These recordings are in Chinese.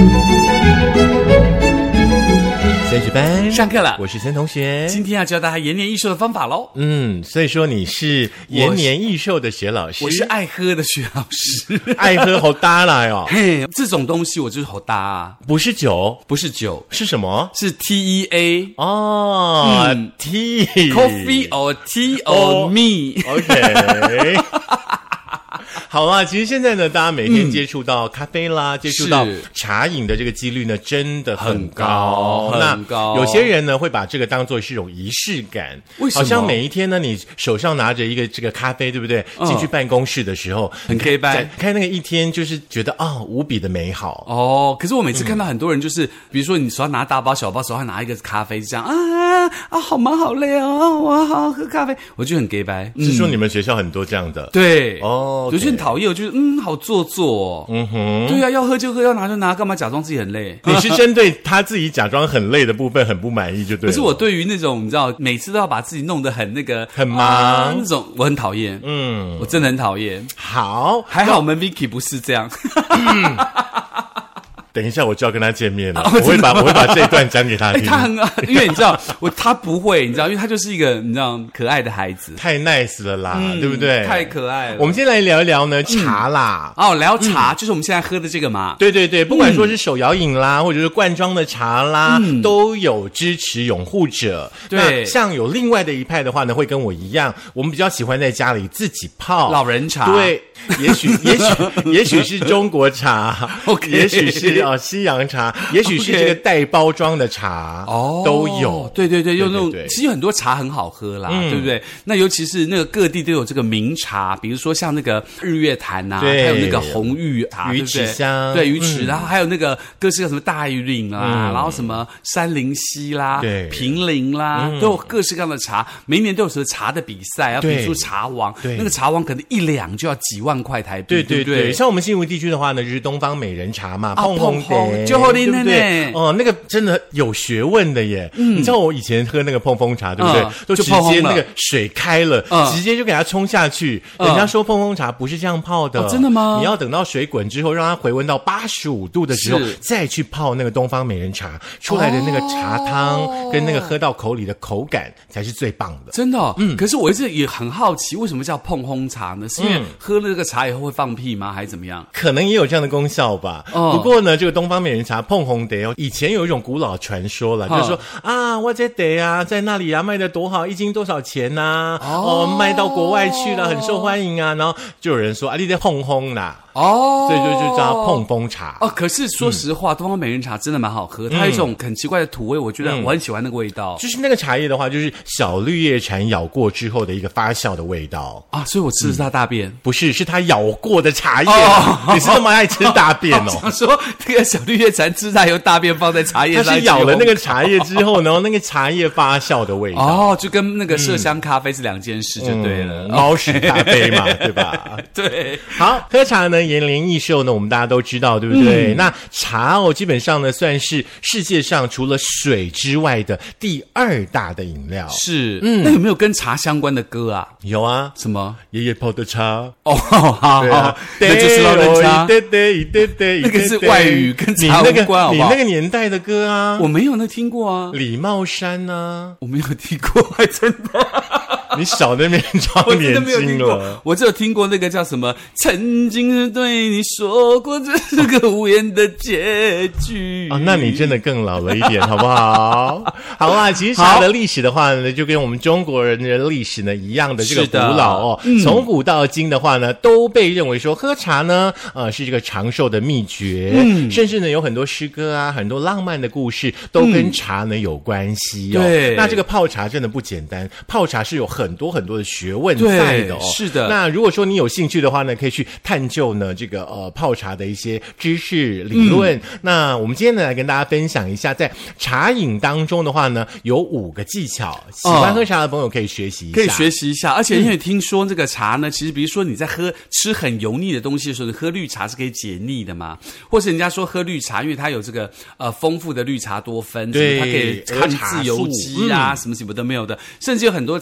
三学班上课了， 我是森同学。 今天要教大家延年益寿的方法咯。 所以说你是延年益寿的学老师， 我是爱喝的学老师。 爱喝好搭来哦。 嘿，这种东西我就是好搭啊。 不是酒， 不是酒， 是什么？ 是 TEA 哦，tea Coffee or tea or me。OK 好啦，其实现在呢，大家每天接触到咖啡啦，接触到茶饮的这个几率呢，真的很高。 很高。 有些人呢，会把这个当作是一种仪式感。 为什么？ 好像每一天呢，你手上拿着一个这个咖啡，对不对？进去办公室的时候， 很 K 掰， 开那个一天，就是觉得无比的美好。 哦，可是我每次看到很多人，就是比如说你手上拿大包小包，手上拿一个咖啡，这样好忙好累哦，我好好喝咖啡，我就很 K 掰。 是说你们学校很多这样的？ 对， 哦， 有些很讨厌，我觉得好做作哦。对啊，要喝就喝，要拿就拿，干嘛假装自己很累？ 你是针对他自己假装很累的部分很不满意就对了。 可是我对于那种你知道每次都要把自己弄得很那个很忙那种，我很讨厌。我真的很讨厌。 好， 还好我们 Vicky 不是这样。 等一下我就要跟他见面了，我会把这一段讲给他听。 他很因为你知道他不会，你知道，因为他就是一个你知道可爱的孩子， 太 nice 了啦，对不对？ 太可爱了。 我们先来聊一聊呢茶啦。 聊茶就是我们现在喝的这个嘛。 对对对，不管说是手摇饮啦，或者是罐装的茶啦，都有支持拥护者。 对， 那像有另外的一派的话呢，会跟我一样，我们比较喜欢在家里自己泡老人茶。 对，也许是中国茶，OK， 也许是西洋茶，也许是这个带包装的茶，都有。 对对对，用那种其实很多茶很好喝啦，对不对？那尤其是那个各地都有这个名茶，比如说像那个日月潭啊，还有那个红玉茶， 鱼池香， 对鱼池，然后还有那个各式各什么大禹岭啦，然后什么山林溪啦，平林啦，都有各式各样的茶，每一年都有什么茶的比赛，要比出茶王，那个茶王可能1两就要几万块台币，对不对？ 像我们新竹地区的话呢，就是东方美人茶嘛，碰就好听的呢。 那个真的有学问的耶。你知道我以前喝那个碰风茶，对不对？都直接那个水开了，直接就给它冲下去。人家说碰风茶不是这样泡的， 真的吗？ 你要等到水滚之后，让它回温到85度的时候，再去泡那个东方美人茶，出来的那个茶汤跟那个喝到口里的口感才是最棒的。 真的可是我一直也很好奇，为什么叫碰烘茶呢？是因为喝了这个茶以后会放屁吗？还是怎么样？ 可能也有这样的功效吧。不过呢，这个东方美人茶碰红得以前有一种古老传说了，就是说我这得在那里卖得多好，1斤多少钱呐？卖到国外去了，很受欢迎啊。然后就有人说你在碰烘啦。所以就叫它碰风茶。 可是说实话，东方美人茶真的蛮好喝，它有一种很奇怪的土味，我觉得我很喜欢那个味道。 就是那个茶叶的话，就是小绿叶蝉咬过之后的一个发酵的味道所以我吃的是它大便， 不是，是它咬过的茶叶。你是那么爱吃大便想说这个小绿叶蝉吃它有大便放在茶叶上， 它是咬了那个茶叶之后，然后那个茶叶发酵的味道就跟那个麝香咖啡是2件事就对了。 猫屎咖啡嘛，对吧？ 对。 好，喝茶呢延年益寿呢，我们大家都知道，对不对？那茶基本上呢算是世界上除了水之外的第2大的饮料。 是，那有没有跟茶相关的歌啊？ 有啊， 什么？ 爷爷泡的茶。 好，那就是老人茶。那个是外语，跟茶无关，好不好？ 你那个年代的歌啊， 我没有听过啊。 李茂山啊， 我没有听过，还真的。 你少在那边装年轻了。 我只有听过那个叫什么，曾经对你说过这是个无言的结局。 那你真的更老了一点，好不好？好啦，其实茶的历史的话呢，就跟我们中国人的历史呢一样的这个古老从古到今的话呢，都被认为说喝茶呢，是这个长寿的秘诀。甚至呢有很多诗歌啊，很多浪漫的故事都跟茶呢有关系对， 那这个泡茶真的不简单，泡茶是有很多很多的学问在的是的。 那如果说你有兴趣的话呢，可以去探究呢这个泡茶的一些知识理论。那我们今天呢来跟大家分享一下，在茶饮当中的话呢，有5个技巧，喜欢喝茶的朋友可以学习一下。而且因为听说这个茶呢，其实比如说你在吃很油腻的东西的时候，你喝绿茶是可以解腻的嘛，或是人家说喝绿茶，因为它有这个丰富的绿茶多酚，对，它可以抗自由基啊，什么什么都没有的，甚至有很多茶叫做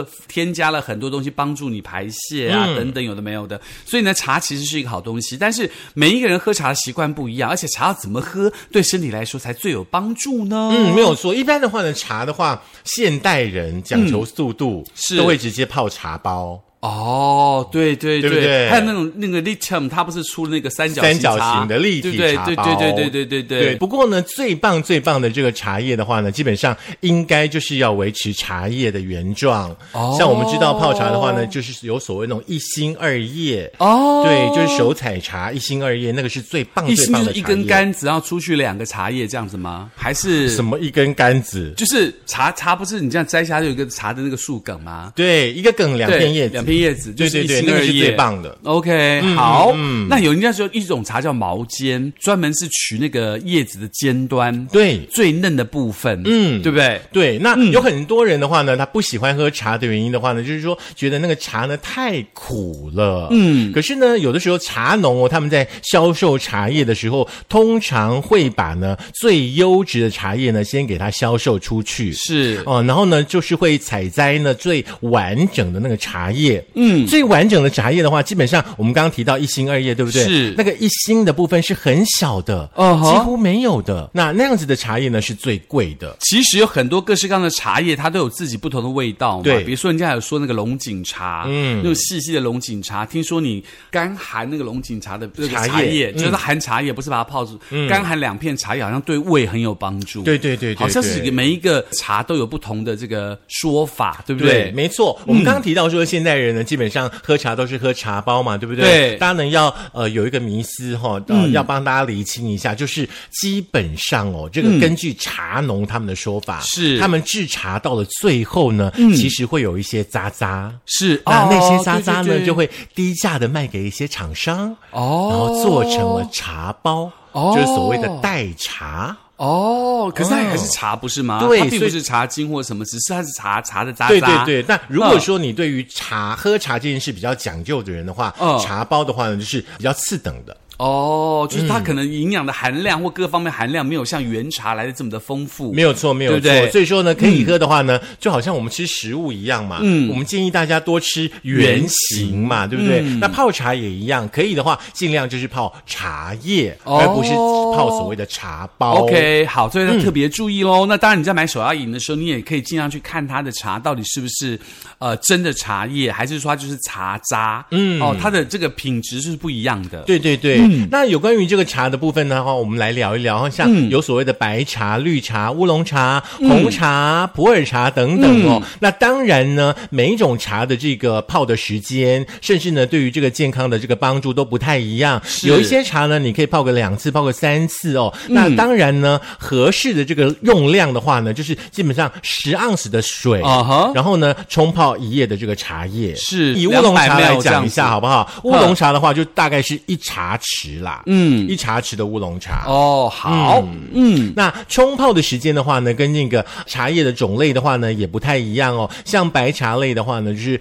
就添加了很多东西帮助你排泄啊，等等有的没有的。所以呢，茶其实是一个好东西，但是每一个人喝茶的习惯不一样，而且茶要怎么喝对身体来说才最有帮助呢？ 没有错。一般的话呢，茶的话，现代人讲求速度，都会直接泡茶包。 哦，对对 对， 对不对？ 还有那个 lithium， 它不是出了那个三角形的立体茶包， 对。 不过呢，最棒的这个茶叶的话呢，基本上应该就是要维持茶叶的原状。像我们知道泡茶的话呢，就是有所谓那种一心二叶。对，就是手采茶一心二叶，那个是最棒的茶叶。 一心就是一根杆子，然后出去2个茶叶这样子吗？还是什么一根杆子？ 就是茶不是你这样摘下来就有一个茶的那个树梗吗？ 对，一个梗2片叶子。 叶子就是一心二叶， 那个是最棒的。 OK， 好，那有人家说一种茶叫毛尖，专门是取那个叶子的尖端， 对， 最嫩的部分，对不对？ 对，那有很多人的话呢，他不喜欢喝茶的原因的话呢，就是说觉得那个茶呢太苦了，可是呢，有的时候茶农他们在销售茶叶的时候，通常会把呢最优质的茶叶呢先给它销售出去， 是然后呢就是会采摘呢最完整的那个茶叶。最完整的茶叶的话，基本上我们刚刚提到一心二叶，对不对？ 是那个一心的部分是很小的，几乎没有的。那样子的茶叶呢是最贵的。 其实有很多各式各样的茶叶，它都有自己不同的味道嘛。 对， 比如说人家有说那个龙井茶，那种细细的龙井茶，听说你干含那个龙井茶的这个茶叶，就是含茶叶，不是把它泡住，干含2片茶叶，好像对胃很有帮助。 对， 好像是每一个茶都有不同的这个说法，对不对？ 对，没错。我们刚刚提到说现代人呢，基本上喝茶都是喝茶包嘛，对不对？ 对， 大家呢要有一个迷思要帮大家厘清一下，就是基本上这个根据茶农他们的说法， 是他们制茶到了最后呢，其实会有一些渣渣， 是那些渣渣呢就会低价的卖给一些厂商，然后做成了茶包，就是所谓的代茶。 可是它还是茶不是吗？ 对， 它并不是茶精或什么，只是它是茶的渣渣。 对。但如果说你对于喝茶这件事比较讲究的人的话，茶包的话呢，就是比较次等的。 就是它可能营养的含量或各方面含量没有像原茶来的这么的丰富。 没有错。对不对？所以说呢，可以喝的话呢，就好像我们吃食物一样嘛。我们建议大家多吃原形嘛，对不对？那泡茶也一样，可以的话尽量就是泡茶叶，而不是泡所谓的茶包。 OK， 好，所以要特别注意咯。那当然你在买手摇饮的时候，你也可以尽量去看它的茶到底是不是真的茶叶，还是说它就是茶渣。它的这个品质是不一样的。 对。那有关于这个茶的部分的话，我们来聊一聊，像有所谓的白茶、绿茶、乌龙茶、红茶、普洱茶等等那当然呢，每一种茶的这个泡的时间，甚至呢对于这个健康的这个帮助都不太一样。有一些茶呢，你可以泡个2次，泡个3次那当然呢，合适的这个用量的话呢，就是基本上10盎司的水，然后呢冲泡1叶的这个茶叶。 是以乌龙茶来讲一下好不好？乌龙茶的话，就大概是1茶匙啦，1茶匙的乌龙茶。 好， 那冲泡的时间的话呢，跟那个茶叶的种类的话呢，也不太一样像白茶类的话呢，就是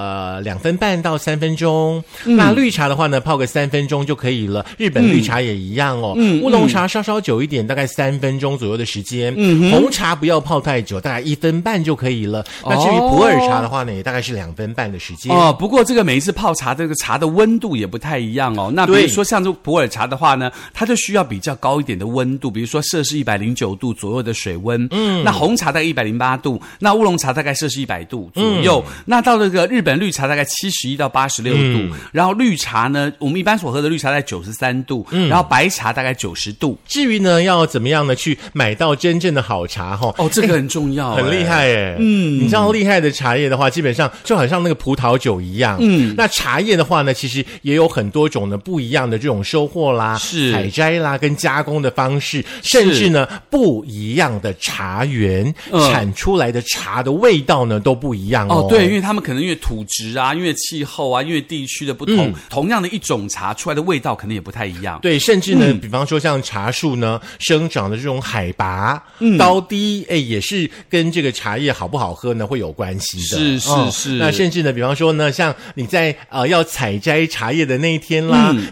2分半到3分钟。那绿茶的话呢，泡个3分钟就可以了。日本绿茶也一样乌龙茶稍稍久一点，大概3分钟左右的时间。红茶不要泡太久，大概1分半就可以了。那至于普洱茶的话呢，也大概是2分半的时间。 不过这个每一次泡茶这个茶的温度也不太一样那比如说像这普洱茶的话呢，它就需要比较高一点的温度，比如说摄氏109度左右的水温。那红茶大概108度，那乌龙茶大概摄氏100度左右。那到这个日本绿茶大概71到86度，然后绿茶呢，我们一般所喝的绿茶在93度，然后白茶大概90度。 至于呢，要怎么样呢去买到真正的好茶这个很重要， 很厉害你知道厉害的茶叶的话，基本上就好像那个葡萄酒一样。那茶叶的话呢，其实也有很多种呢不一样的这种收获啦、采摘啦跟加工的方式，甚至呢不一样的茶园产出来的茶的味道呢都不一样对，因为他们可能因为土质啊、因为气候啊、因为地区的不同，同样的一种茶出来的味道可能也不太一样。 对，甚至呢比方说像茶树呢生长的这种海拔高低也是跟这个茶叶好不好喝呢会有关系的。是。那甚至呢比方说呢，像你在要采摘茶叶的那一天啦，那个茶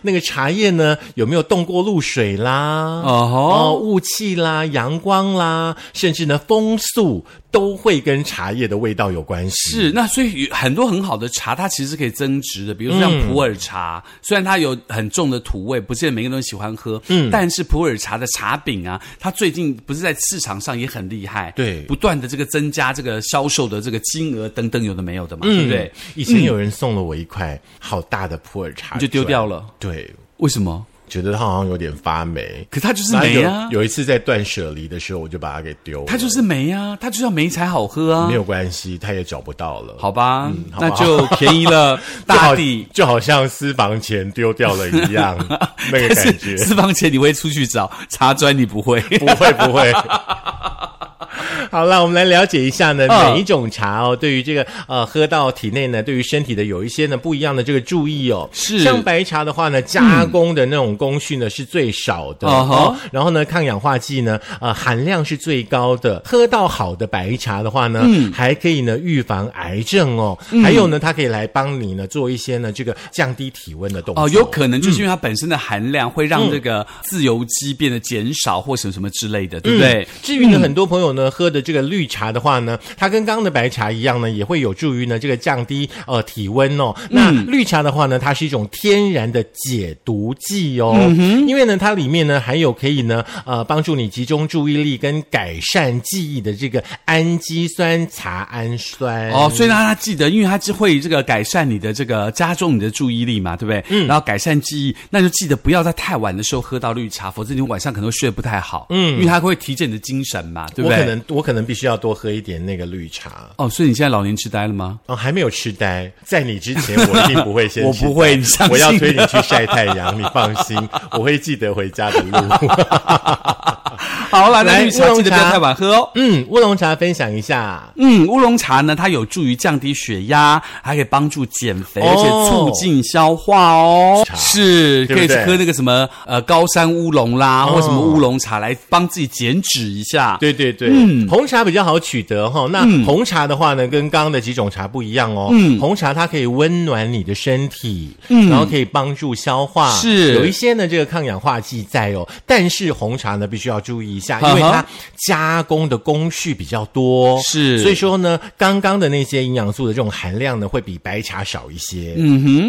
茶叶呢有没有动过露水啦，雾气啦，阳光啦，甚至呢风速都会跟茶叶的味道有关系。 是，那所以很多很好的茶它其实是可以增值的，比如说像普洱茶，虽然它有很重的土味，不见得每个人都喜欢喝，但是普洱茶的茶饼啊，它最近不是在市场上也很厉害， 对， 不断的这个增加这个销售的这个金额等等，有的没有的嘛，对不对？ 以前有人送了我一块好大的普洱茶， 你就丢掉了。 对， 为什么？ 觉得它好像有点发霉， 可它就是霉啊。 有一次在断舍离的时候，我就把它给丢了。 它就是霉啊，它就要霉才好喝啊。 没有关系，它也找不到了。 好吧，那就便宜了大地， 就好像私房钱丢掉了一样，那个感觉。 私房钱你会出去找茶砖，你不会， 不会。好了，我们来了解一下呢，每一种茶对于这个喝到体内呢，对于身体的有一些呢不一样的这个注意哦。 是， 像白茶的话呢，加工的那种工序呢是最少的然后呢，抗氧化剂呢含量是最高的。喝到好的白茶的话呢，还可以呢预防癌症哦。还有呢，它可以来帮你呢做一些呢这个降低体温的动作。 有可能就是因为它本身的含量会让这个自由基变得减少或什么之类的，对不对？ 至于呢，很多朋友呢喝的这个绿茶的话呢，它跟刚刚的白茶一样呢，也会有助于呢这个降低体温哦。那绿茶的话呢，它是一种天然的解毒剂哦，因为呢它里面呢还有可以呢帮助你集中注意力跟改善记忆的这个氨基酸茶氨酸所以让他记得，因为它就会这个改善你的这个加重你的注意力嘛，对不对？然后改善记忆，那就记得不要在太晚的时候喝到绿茶，否则你晚上可能会睡得不太好。因为它会提振你的精神嘛，对不对？ 我可能必须要多喝一点那个绿茶。 所以你现在老年痴呆了吗？ 还没有痴呆，在你之前我一定不会先我不会，你相信我要推你去晒太阳，你放心，我会记得回家的路。 好了，那绿茶记得不要太晚喝哦。 乌龙茶分享一下。 乌龙茶呢，它有助于降低血压，还可以帮助减肥，而且促进消化哦。是，可以喝那个什么高山乌龙啦，或什么乌龙茶来帮自己减脂一下。 对。红茶比较好取得哈。那红茶的话呢，跟刚刚的几种茶不一样哦。红茶它可以温暖你的身体，然后可以帮助消化， 是有一些呢这个抗氧化剂在哦。但是红茶呢必须要注意一下，因为它加工的工序比较多， 是， 所以说呢，刚刚的那些营养素的这种含量呢，会比白茶少一些。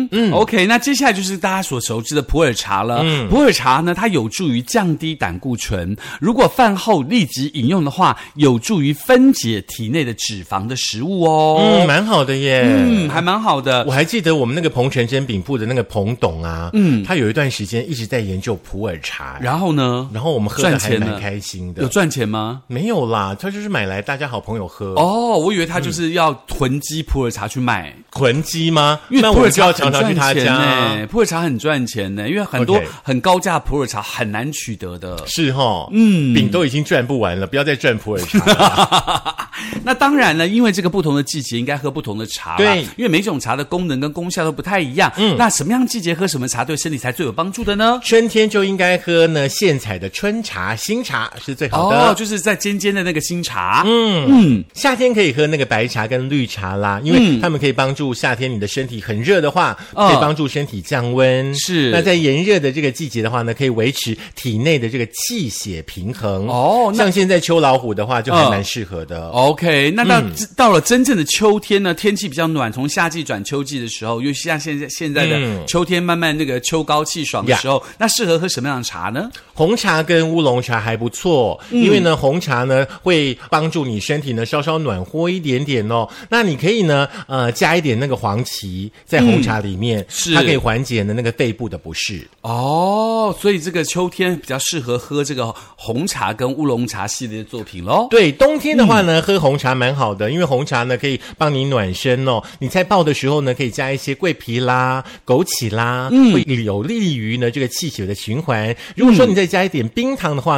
OK， 那接下来就是大家所熟知的普洱茶了。普洱茶呢，它有助于降低胆固醇，如果饭后立即饮用的话，有助于分解体内的脂肪的食物哦。 蛮好的耶。 还蛮好的。 我还记得我们那个彭全珍饼铺的那个彭董啊，他有一段时间一直在研究普洱茶。 然后呢？ 然后我们喝的还蛮开心的。 有赚钱吗？ 没有啦，他就是买来大家好朋友喝。 我以为他就是要囤积普洱茶去卖。 囤积吗？ 因为普洱茶常常去他家。 普洱茶很赚钱呢，因为很多很高价普洱茶很难取得的。 是齁，饼都已经赚不完了，不要再赚普洱茶了。 那当然了，因为这个不同的季节应该喝不同的茶啦。 对， 因为每种茶的功能跟功效都不太一样。那什么样季节喝什么茶对身体才最有帮助的呢？ 春天就应该喝呢现采的春茶、新茶是最好的。 就是在尖尖的那个新茶。 夏天可以喝那个白茶跟绿茶啦，因为它们可以帮助夏天你的身体很热的话，可以帮助身体降温。 是。 那在炎热的这个季节的话呢，可以维持体内的这个气血平衡。像现在秋老虎的话就还蛮适合的。 OK， 那到了真正的秋天呢，天气比较暖，从夏季转秋季的时候，尤其像现在的秋天慢慢那个秋高气爽的时候，那适合喝什么样的茶呢？ 红茶跟乌龙茶还不错，因为呢红茶呢会帮助你身体呢稍稍暖和一点点哦。那你可以呢加一点那个黄芪在红茶里面，它可以缓解呢那个肺部的不适。 所以这个秋天比较适合喝这个红茶跟乌龙茶系列的作品咯。 对，冬天的话呢，喝红茶蛮好的，因为红茶呢可以帮你暖身哦。你在泡的时候呢，可以加一些桂皮啦、枸杞啦，会有利于呢这个气血的循环。如果说你再加一点冰糖的话呢，可以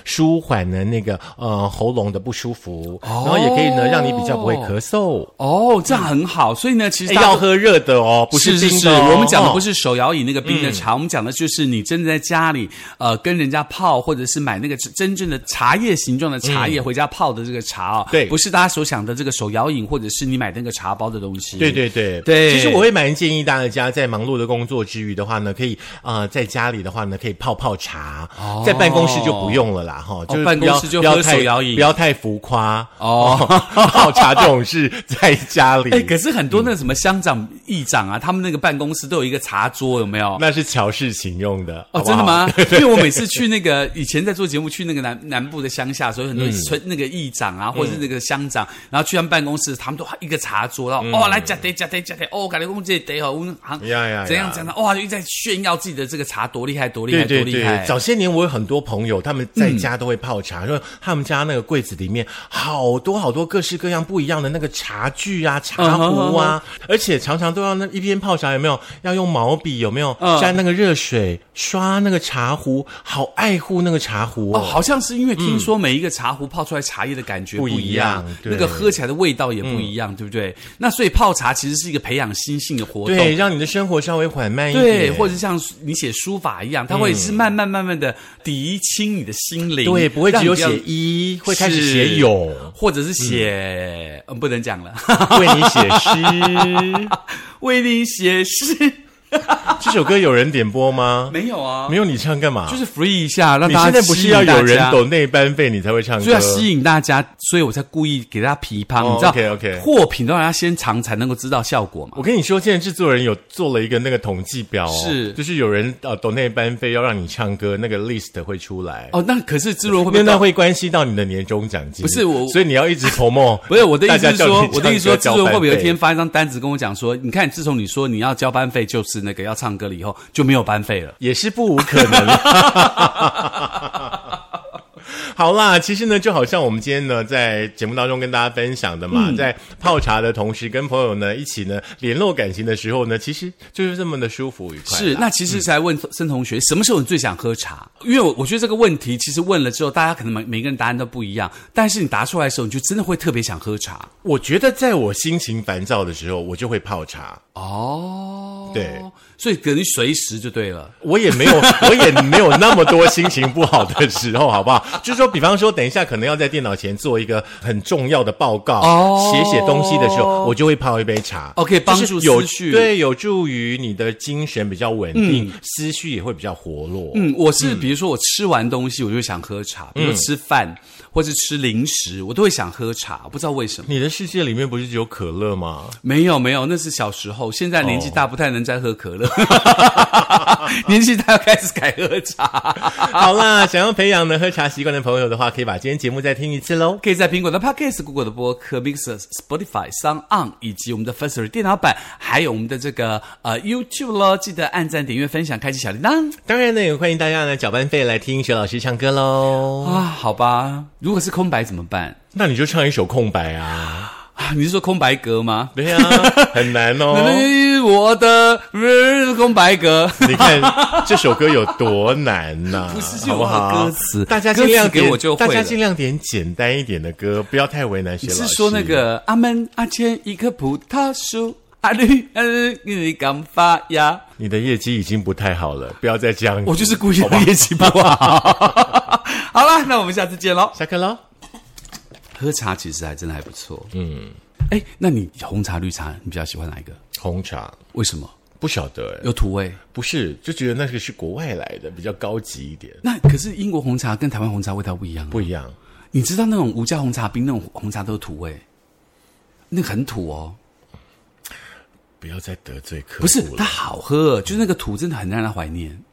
舒缓呢那个喉咙的不舒服，然后也可以呢让你比较不会咳嗽。 哦，这样很好。所以呢，其实要喝热的哦，不是冰的。 是我们讲的不是手摇饮那个冰的茶，我们讲的就是你真的在家里跟人家泡，或者是买那个真正的茶叶形状的茶叶回家泡的这个茶哦， 对， 不是大家所想的这个手摇饮，或者是你买那个茶包的东西。 对。其实我会蛮建议大家在忙碌的工作之余的话呢，可以在家里的话呢，可以泡茶。在办公室就不用了啦，哈，就是办公室就喝手摇饮， 不要太浮夸哦。泡茶这种事在家里。 可是很多那什么乡长、议长啊，他们那个办公室都有一个茶桌，有没有？ 那是乔事情用的哦， 真的吗？因为我每次去那个以前在做节目，去那个南部的乡下，所以很多那个议长啊，或者是那个乡长，然后去他们办公室，他们都一个茶桌，然后来加茶，哦，感觉我们这得好，我们怎样哇，就一直在炫耀自己的这个茶多厉害，多厉害，多厉害。 早些年我有很多朋友，他们在家都会泡茶，因为他们家那个柜子里面好多各式各样不一样的那个茶具啊、茶壶啊，而且常常都要那一边泡茶有没有要用毛笔有没有沾那个热水刷那个茶壶，好爱护那个茶壶哦。 好像是因为听说每一个茶壶泡出来茶叶的感觉不一样，那个喝起来的味道也不一样，对不对？那所以泡茶其实是一个培养心性的活动， 对，让你的生活稍微缓慢一点， 对，或者像你写书法一样，它会是慢慢的涤清你的心灵， 对，不会只有写一，会开始写有， 或者是写不能讲了， 为你写诗， 为你写诗。 这首歌有人点播吗？ 没有啊， 没有，你唱干嘛？ 就是 free 一下，让大家。 你现在不是要有人抖内班费你才会唱歌， 所以要吸引大家，所以我才故意给大家批判。你知道 ，OK， 货品都让大家先尝才能够知道效果嘛。 我跟你说，现在制作人有做了一个那个统计表是， 就是有人抖内班费要让你唱歌，那个 list 会出来。 哦，那可是制作人会不会？ 那会关系到你的年终奖金。 不是我， 所以你要一直 promote。不是我的意思是说，制作人会不会有一天发一张单子跟我讲说，你看，自从你说你要交班费，就是那个要唱歌了以后，就没有班费了， 也是不无可能。好啦，其实呢，就好像我们今天呢，在节目当中跟大家分享的嘛，在泡茶的同时，跟朋友呢一起呢联络感情的时候呢，其实就是这么的舒服愉快。 是，那其实才问森同学，什么时候你最想喝茶？因为我觉得这个问题其实问了之后，大家可能每个人答案都不一样，但是你答出来的时候，你就真的会特别想喝茶。 我觉得在我心情烦躁的时候，我就会泡茶。 哦， 对， 所以可能随时就对了。 我也没有那么多心情不好的时候，好不好？就是说，比方说，等一下可能要在电脑前做一个很重要的报告，写东西的时候，我就会泡一杯茶。 OK， 帮助思绪， 对，有助于你的精神比较稳定，思绪也会比较活络。 我是比如说我吃完东西，我就会想喝茶，比如说吃饭或是吃零食，我都会想喝茶，不知道为什么。 你的世界里面不是只有可乐吗？ 没有，那是小时候，现在年纪大不太能再喝可乐。年纪大要开始改喝茶。 好啦，想要培养呢喝茶习惯的朋友的话，可以把今天节目再听一次咯。 可以在苹果的 Podcast、Google 的播客、Mixer、Spotify、SoundOn 以及我们的 Firstory 电脑版，还有我们的这个YouTube 咯，记得按赞、点阅、分享、开启小铃铛。 当然呢，也欢迎大家呢缴班费来听雪老师唱歌咯。 好吧，如果是空白怎么办？ 那你就唱一首空白啊。 你是说空白格吗？ 对啊，很难哦。 我的空白格， 你看这首歌有多难呐、 不是好不好？ 歌词， 大家尽量给我就会了， 大家尽量点简单一点的歌，不要太为难薛老师。 你是说那个阿门阿前一棵葡萄树，阿绿你刚发芽？ 你的业绩已经不太好了，不要再这样。 我就是故意的业绩不好。好了，那我们下次见喽， 下课喽。 喝茶其实还真的还不错。那你红茶绿茶你比较喜欢哪一个？ 红茶。 为什么？ 不晓得有土味？ 不是，就觉得那个是国外来的，比较高级一点。 那可是英国红茶跟台湾红茶味道不一样。 不一样。 你知道那种无加红茶冰那种红茶都有土味，那个很土哦。 不要再得罪客户了。 不是，它好喝，就是那个土真的很让人怀念。